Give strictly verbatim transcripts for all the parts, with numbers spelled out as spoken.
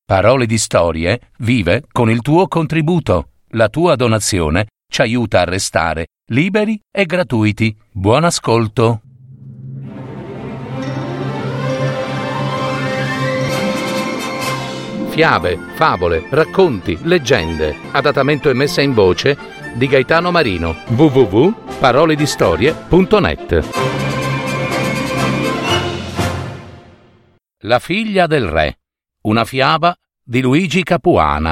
Parole di Storie vive con il tuo contributo. La tua donazione ci aiuta a restare liberi e gratuiti. Buon ascolto. Fiabe, favole, racconti, leggende. Adattamento e messa in voce di Gaetano Marino. w w w punto parole di storie punto net. La figlia del re. Una fiaba di Luigi Capuana.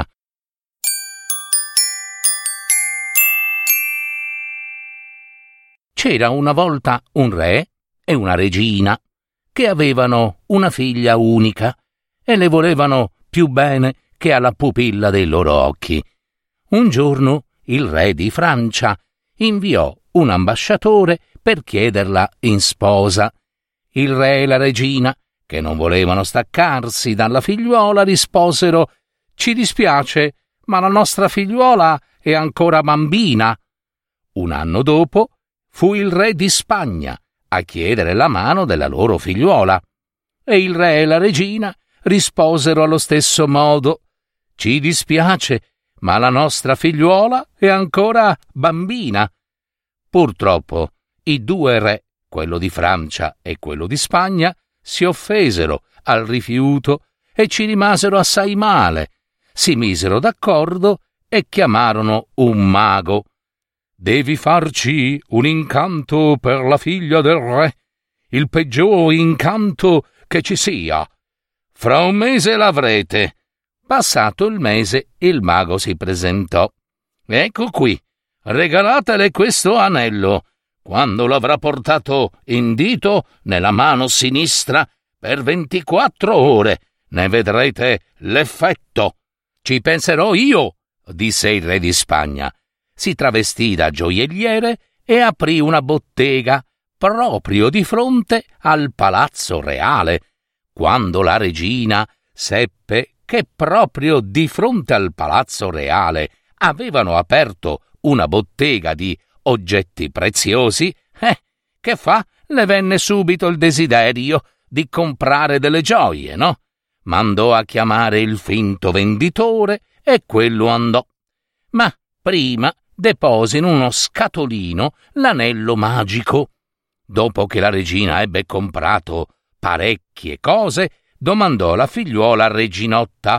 C'era una volta un re e una regina che avevano una figlia unica e le volevano più bene che alla pupilla dei loro occhi. Un giorno il re di Francia inviò un ambasciatore per chiederla in sposa. Il re e la regina, che non volevano staccarsi dalla figliuola, risposero: «Ci dispiace, ma la nostra figliuola è ancora bambina». Un anno dopo fu il re di Spagna a chiedere la mano della loro figliuola e il re e la regina risposero allo stesso modo: «Ci dispiace, ma la nostra figliuola è ancora bambina». Purtroppo i due re, quello di Francia e quello di Spagna, si offesero al rifiuto e ci rimasero assai male. Si misero d'accordo e chiamarono un mago. «Devi farci un incanto per la figlia del re, il peggior incanto che ci sia. Fra un mese l'avrete». Passato il mese, il mago si presentò. «Ecco qui, regalatele questo anello. Quando l'avrà portato in dito nella mano sinistra per ventiquattro ore, ne vedrete l'effetto». «Ci penserò io», disse il re di Spagna. Si travestì da gioielliere e aprì una bottega proprio di fronte al palazzo reale. Quando la regina seppe che proprio di fronte al palazzo reale avevano aperto una bottega di oggetti preziosi, eh, che fa? Le venne subito il desiderio di comprare delle gioie, no? Mandò a chiamare il finto venditore e quello andò. Ma prima depose in uno scatolino l'anello magico. Dopo che la regina ebbe comprato parecchie cose, domandò la figliuola Reginotta: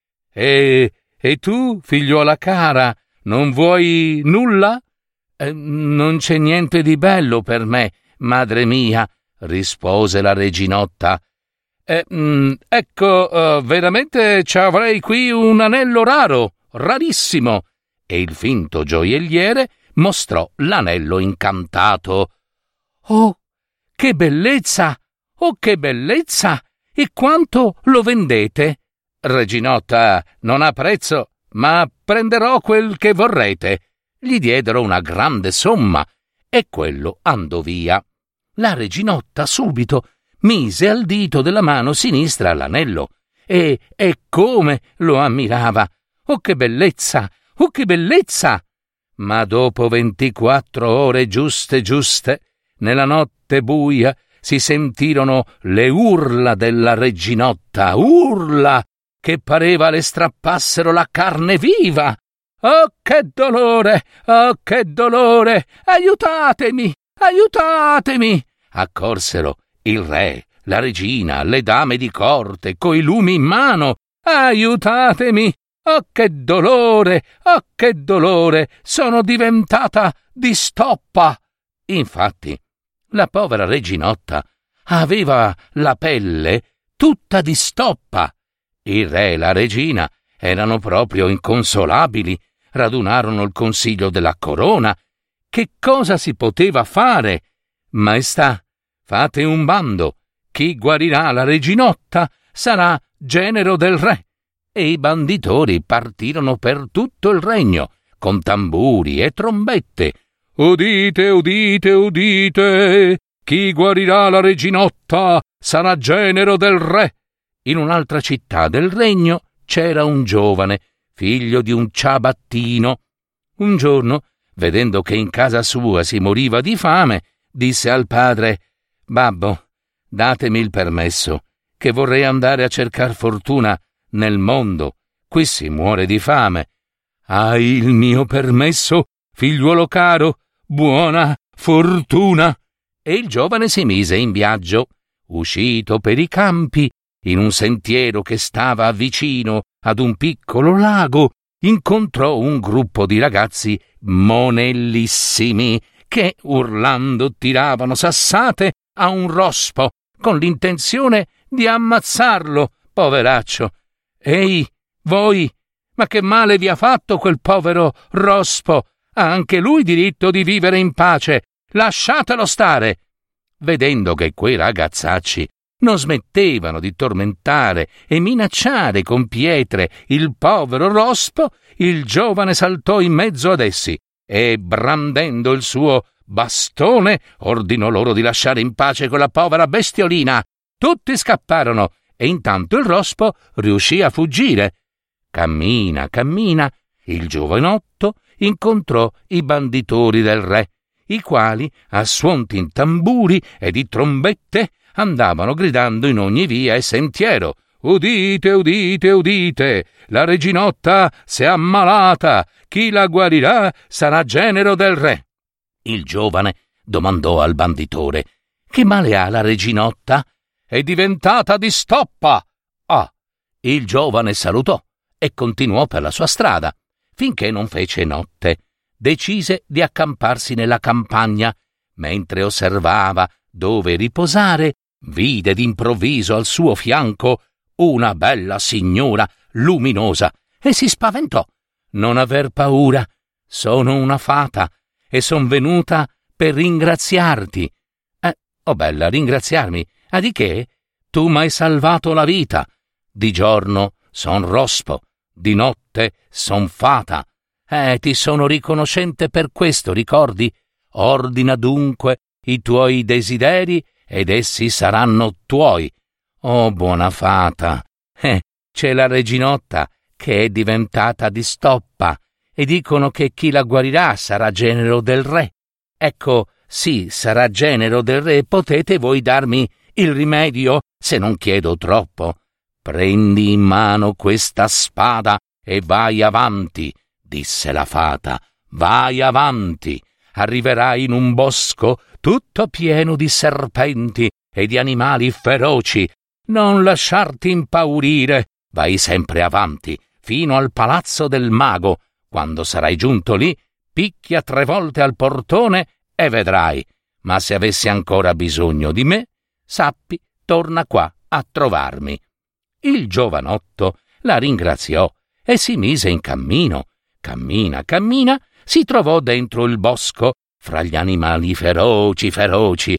«E, e tu, figliuola cara, non vuoi nulla?» Eh, «Non c'è niente di bello per me, madre mia», rispose la Reginotta. Eh, mh, «Ecco, uh, veramente ci avrei qui un anello raro, rarissimo». E il finto gioielliere mostrò l'anello incantato. «Oh, che bellezza! Oh, che bellezza! E quanto lo vendete?» «Reginotta, non ha prezzo, ma prenderò quel che vorrete». Gli diedero una grande somma e quello andò via. La Reginotta subito mise al dito della mano sinistra l'anello e, e come lo ammirava! «Oh, che bellezza! Oh, che bellezza!» Ma dopo ventiquattro ore giuste giuste, nella notte buia, si sentirono le urla della Reginotta, urla che pareva le strappassero la carne viva. «Oh, che dolore! Oh, che dolore! Aiutatemi! Aiutatemi!» Accorsero il re, la regina, le dame di corte, coi lumi in mano. «Aiutatemi! Oh, che dolore! Oh, che dolore! Sono diventata di stoppa!» Infatti, la povera Reginotta aveva la pelle tutta di stoppa. Il re e la regina erano proprio inconsolabili. Radunarono il consiglio della corona. Che cosa si poteva fare? «Maestà, fate un bando. Chi guarirà la Reginotta sarà genero del re». E i banditori partirono per tutto il regno, con tamburi e trombette. «Udite, udite, udite! Chi guarirà la Reginotta sarà genero del re». In un'altra città del regno c'era un giovane, figlio di un ciabattino. Un giorno, vedendo che in casa sua si moriva di fame, disse al padre: «Babbo, datemi il permesso, che vorrei andare a cercar fortuna nel mondo qui si muore di fame. Hai il mio permesso, figliuolo caro, buona fortuna!» E il giovane si mise in viaggio. Uscito per i campi, in un sentiero che stava vicino ad un piccolo lago, incontrò un gruppo di ragazzi monellissimi che, urlando, tiravano sassate a un rospo con l'intenzione di ammazzarlo, poveraccio. «Ehi, voi, ma che male vi ha fatto quel povero rospo? Ha anche lui diritto di vivere in pace. Lasciatelo stare!» Vedendo che quei ragazzacci non smettevano di tormentare e minacciare con pietre il povero rospo, il giovane saltò in mezzo ad essi e, brandendo il suo bastone, ordinò loro di lasciare in pace quella povera bestiolina. Tutti scapparono e intanto il rospo riuscì a fuggire. Cammina, cammina, il giovanotto incontrò i banditori del re, i quali, a suon di tamburi e di trombette, andavano gridando in ogni via e sentiero: «Udite, udite, udite! La reginotta si è ammalata! Chi la guarirà sarà genero del re!» Il giovane domandò al banditore: «Che male ha la reginotta?» «È diventata di stoppa!» «Ah!» Il giovane salutò e continuò per la sua strada, finché non fece notte. Decise di accamparsi nella campagna. Mentre osservava dove riposare, vide d'improvviso al suo fianco una bella signora luminosa e si spaventò. «Non aver paura, sono una fata e son venuta per ringraziarti». «Eh, oh bella, ringraziarmi? A di che? Tu m'hai salvato la vita. Di giorno son rospo, di notte son fata. Eh, ti sono riconoscente per questo, ricordi? Ordina dunque i tuoi desideri ed essi saranno tuoi». «Oh, buona fata, eh, c'è la reginotta che è diventata di stoppa e dicono che chi la guarirà sarà genero del re. Ecco, sì, sarà genero del re, potete voi darmi il rimedio se non chiedo troppo?» «Prendi in mano questa spada e vai avanti», disse la fata. «Vai avanti, arriverai in un bosco tutto pieno di serpenti e di animali feroci. Non lasciarti impaurire, vai sempre avanti, fino al palazzo del mago. Quando sarai giunto lì, picchia tre volte al portone e vedrai. Ma se avessi ancora bisogno di me, sappi, torna qua a trovarmi». Il giovanotto la ringraziò e si mise in cammino. Cammina, cammina, si trovò dentro il bosco, fra gli animali feroci, feroci.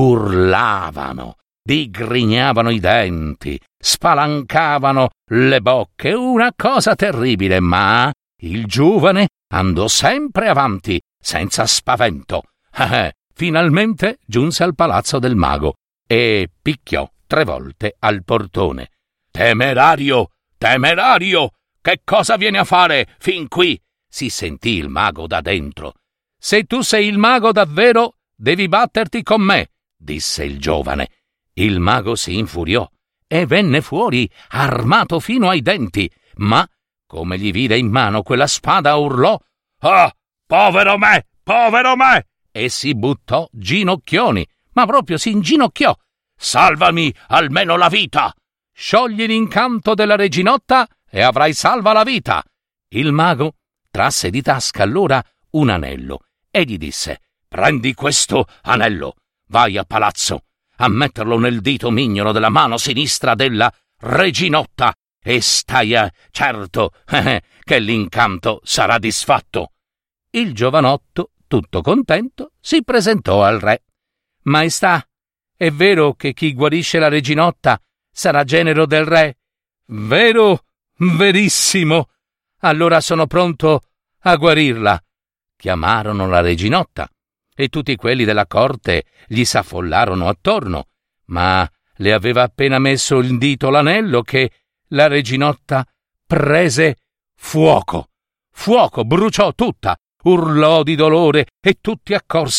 Urlavano, digrignavano i denti, spalancavano le bocche, una cosa terribile, ma il giovane andò sempre avanti, senza spavento. Eh, finalmente giunse al palazzo del mago e picchiò tre volte al portone. «Temerario, temerario! Che cosa vieni a fare fin qui?» si sentì il mago da dentro. «Se tu sei il mago davvero, devi batterti con me», disse il giovane. Il mago si infuriò e venne fuori armato fino ai denti, ma, come gli vide in mano quella spada, urlò: «Ah, povero me, povero me!» e si buttò ginocchioni, ma proprio si inginocchiò. «Salvami almeno la vita!» «Sciogli l'incanto della reginotta e avrai salva la vita». Il mago trasse di tasca allora un anello e gli disse: «Prendi questo anello, vai a palazzo a metterlo nel dito mignolo della mano sinistra della reginotta e stai a certo eh, che l'incanto sarà disfatto». Il giovanotto, tutto contento, si presentò al re. «Maestà, è vero che chi guarisce la reginotta sarà genero del re?» «Vero, verissimo. Allora sono pronto a guarirla». Chiamarono la reginotta e tutti quelli della corte gli s'affollarono attorno, ma le aveva appena messo il dito l'anello che la reginotta prese fuoco. Fuoco, bruciò tutta, urlò di dolore e tutti accorsero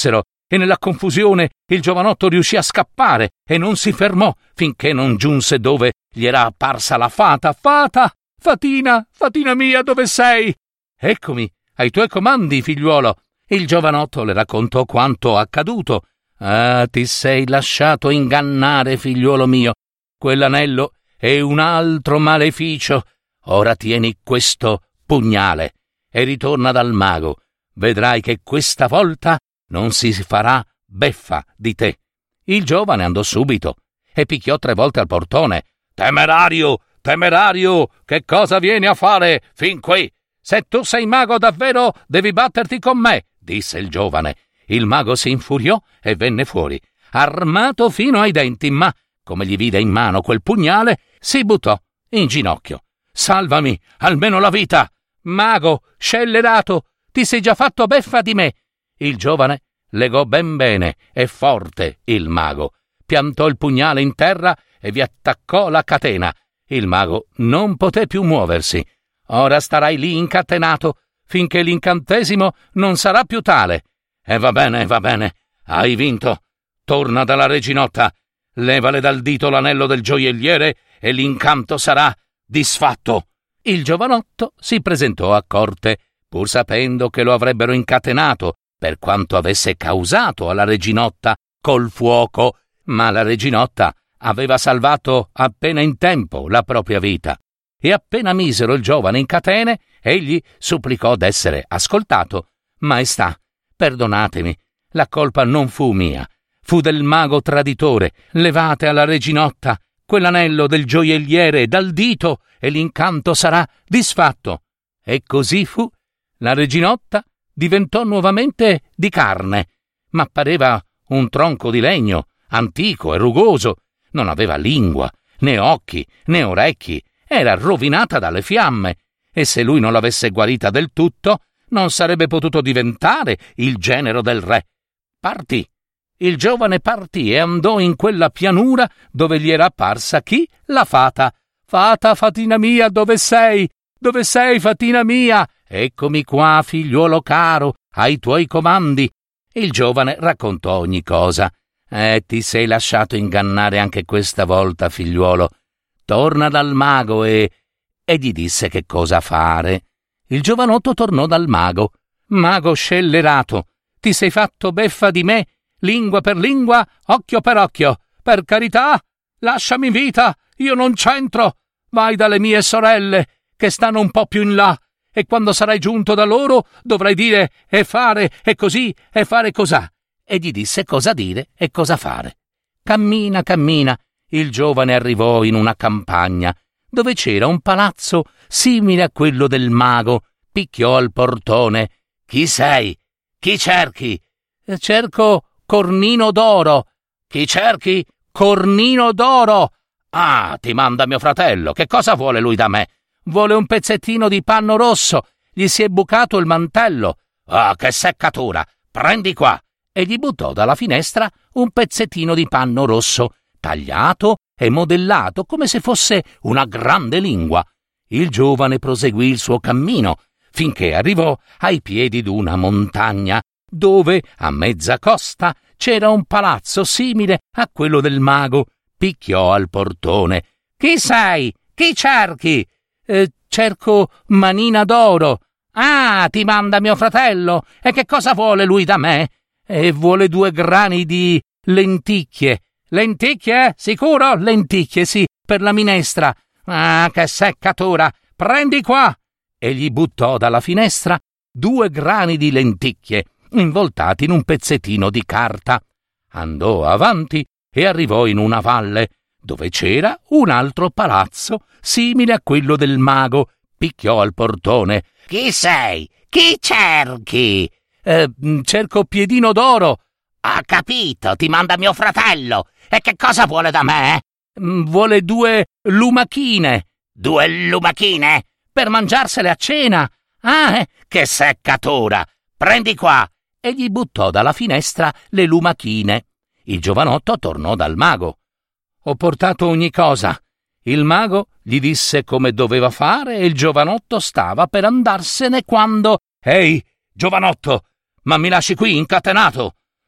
e nella confusione il giovanotto riuscì a scappare e non si fermò finché non giunse dove gli era apparsa la fata. «Fata! Fatina! Fatina mia, dove sei?» «Eccomi, ai tuoi comandi, figliuolo». Il giovanotto le raccontò quanto accaduto. «Ah, ti sei lasciato ingannare, figliuolo mio. Quell'anello è un altro maleficio. Ora tieni questo pugnale e ritorna dal mago. Vedrai che questa volta non si farà beffa di te». Il giovane andò subito e picchiò tre volte al portone. «Temerario, temerario, che cosa vieni a fare fin qui? Se tu sei mago davvero, devi batterti con me», disse il giovane. Il mago si infuriò e venne fuori, armato fino ai denti, ma, come gli vide in mano quel pugnale, si buttò in ginocchio. «Salvami, almeno la vita! Mago, scellerato, ti sei già fatto beffa di me!» Il giovane legò ben bene e forte il mago, piantò il pugnale in terra e vi attaccò la catena. Il mago non poté più muoversi. «Ora starai lì incatenato finché l'incantesimo non sarà più tale». «E va bene, va bene, hai vinto. Torna dalla reginotta, levale dal dito l'anello del gioielliere e l'incanto sarà disfatto». Il giovanotto si presentò a corte, pur sapendo che lo avrebbero incatenato per quanto avesse causato alla reginotta col fuoco, ma la reginotta aveva salvato appena in tempo la propria vita. E appena misero il giovane in catene, egli supplicò d'essere ascoltato. «Maestà, perdonatemi, la colpa non fu mia, fu del mago traditore. Levate alla reginotta quell'anello del gioielliere dal dito e l'incanto sarà disfatto». E così fu. La reginotta diventò nuovamente di carne, ma pareva un tronco di legno, antico e rugoso. Non aveva lingua, né occhi, né orecchi, era rovinata dalle fiamme, e se lui non l'avesse guarita del tutto, non sarebbe potuto diventare il genero del re. Partì. Il giovane partì e andò in quella pianura dove gli era apparsa chi? La fata. «Fata, fatina mia, dove sei? Dove sei, fatina mia?» «Eccomi qua, figliuolo caro, ai tuoi comandi». Il giovane raccontò ogni cosa. «Eh, ti sei lasciato ingannare anche questa volta, figliuolo. Torna dal mago e... e gli disse che cosa fare». Il giovanotto tornò dal mago. «Mago scellerato, ti sei fatto beffa di me, lingua per lingua, occhio per occhio. Per carità, lasciami in vita, io non c'entro. Vai dalle mie sorelle, che stanno un po' più in là, e quando sarai giunto da loro dovrai dire e fare e così e fare cosà». E gli disse cosa dire e cosa fare. Cammina, cammina, il giovane arrivò in una campagna dove c'era un palazzo simile a quello del mago. Picchiò al portone. «Chi sei? Chi cerchi?» «Cerco Cornino d'Oro». «Chi cerchi?» «Cornino d'Oro». «Ah, ti manda mio fratello. Che cosa vuole lui da me?» «Vuole un pezzettino di panno rosso. Gli si è bucato il mantello». «Ah, che seccatura! Prendi qua». E gli buttò dalla finestra un pezzettino di panno rosso, tagliato e modellato come se fosse una grande lingua. Il giovane proseguì il suo cammino, finché arrivò ai piedi d'una montagna, dove, a mezza costa, c'era un palazzo simile a quello del mago. Picchiò al portone. «Chi sei? Chi cerchi?» Eh, «Cerco Manina d'Oro». «Ah, ti manda mio fratello. E che cosa vuole lui da me?» «E vuole due grani di lenticchie». «Lenticchie? Sicuro? Lenticchie, sì, per la minestra». «Ah, che seccatura! Prendi qua!» E gli buttò dalla finestra due grani di lenticchie, involtati in un pezzettino di carta. Andò avanti e arrivò in una valle, dove c'era un altro palazzo, simile a quello del mago. Picchiò al portone. «Chi sei? Chi cerchi?» Eh, «Cerco Piedino d'Oro». «Ho capito, ti manda mio fratello. E che cosa vuole da me?» «Vuole due lumachine». «Due lumachine?» «Per mangiarsele a cena». «Ah, eh, che seccatura! Prendi qua!» E gli buttò dalla finestra le lumachine. Il giovanotto tornò dal mago. «Ho portato ogni cosa». Il mago gli disse come doveva fare e il giovanotto stava per andarsene quando... «Ehi, giovanotto, ma mi lasci qui incatenato?»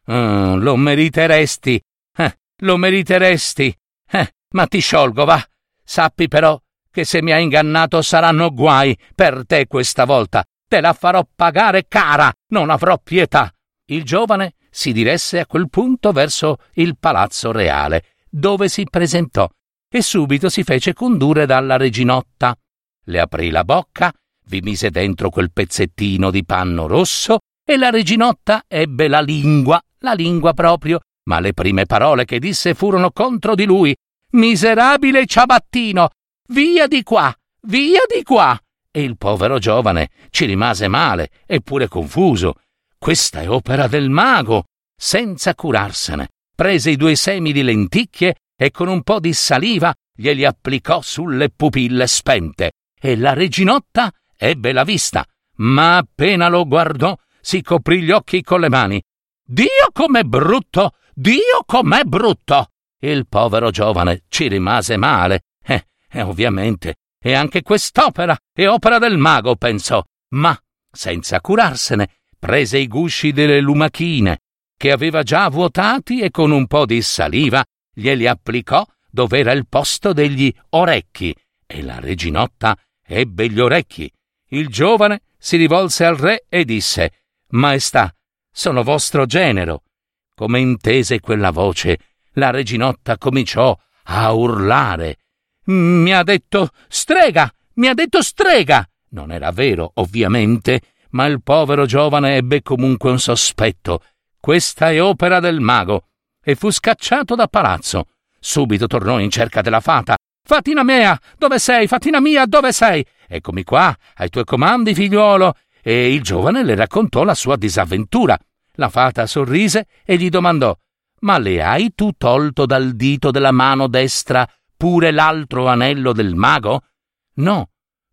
Mm, lo meriteresti, eh, lo meriteresti. Eh, ma ti sciolgo, va. Sappi però che se mi hai ingannato saranno guai per te questa volta. Te la farò pagare cara, non avrò pietà. Il giovane si diresse a quel punto verso il palazzo reale, dove si presentò, e subito si fece condurre dalla reginotta. Le aprì la bocca, vi mise dentro quel pezzettino di panno rosso e la reginotta ebbe la lingua, la lingua proprio, ma le prime parole che disse furono contro di lui. «Miserabile ciabattino! Via di qua! Via di qua!» E il povero giovane ci rimase male, eppure confuso. Questa è opera del mago! Senza curarsene, prese i due semi di lenticchie e con un po' di saliva glieli applicò sulle pupille spente, e la reginotta ebbe la vista, ma appena lo guardò si coprì gli occhi con le mani. «Dio com'è brutto! Dio com'è brutto!» Il povero giovane ci rimase male. Eh, eh, ovviamente, e anche quest'opera è opera del mago, pensò, ma, senza curarsene, prese i gusci delle lumachine, che aveva già vuotati, e con un po' di saliva glieli applicò dov'era il posto degli orecchi, e la reginotta ebbe gli orecchi. Il giovane si rivolse al re e disse: «Maestà, sono vostro genero». Come intese quella voce, la reginotta cominciò a urlare. «Mi ha detto strega! Mi ha detto strega!» Non era vero, ovviamente, ma il povero giovane ebbe comunque un sospetto. Questa è opera del mago, e fu scacciato da palazzo. Subito tornò in cerca della fata. «Fatina mia, dove sei? Fatina mia, dove sei? Eccomi qua, ai tuoi comandi, figliuolo». E il giovane le raccontò la sua disavventura. La fata sorrise e gli domandò: «Ma le hai tu tolto dal dito della mano destra pure l'altro anello del mago?» «No,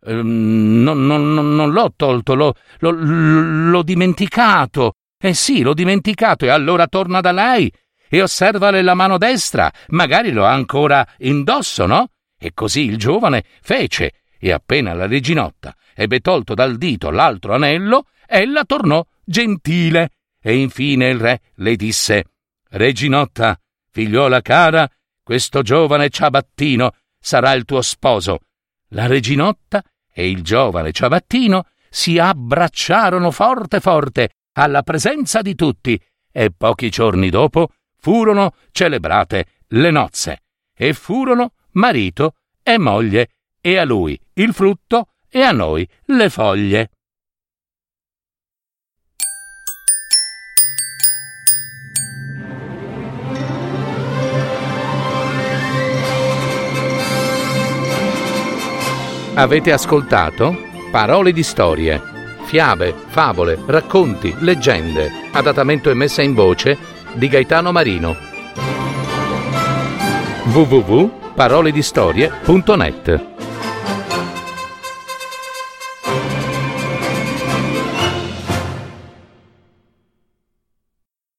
ehm, no, no, no non l'ho tolto, l'ho, l'ho, l'ho dimenticato». «Eh sì, l'ho dimenticato, e allora torna da lei e osservale la mano destra, magari lo ha ancora indosso, no?» E così il giovane fece, e appena la reginotta ebbe tolto dal dito l'altro anello, ella tornò gentile. E infine il re le disse: «Reginotta, figliuola cara, questo giovane ciabattino sarà il tuo sposo». La reginotta e il giovane ciabattino si abbracciarono forte forte alla presenza di tutti, e pochi giorni dopo furono celebrate le nozze, e furono marito e moglie, e a lui il frutto e a noi le foglie. Avete ascoltato Parole di storie, fiabe, favole, racconti, leggende, adattamento e messa in voce di Gaetano Marino. w w w punto parole di storie punto net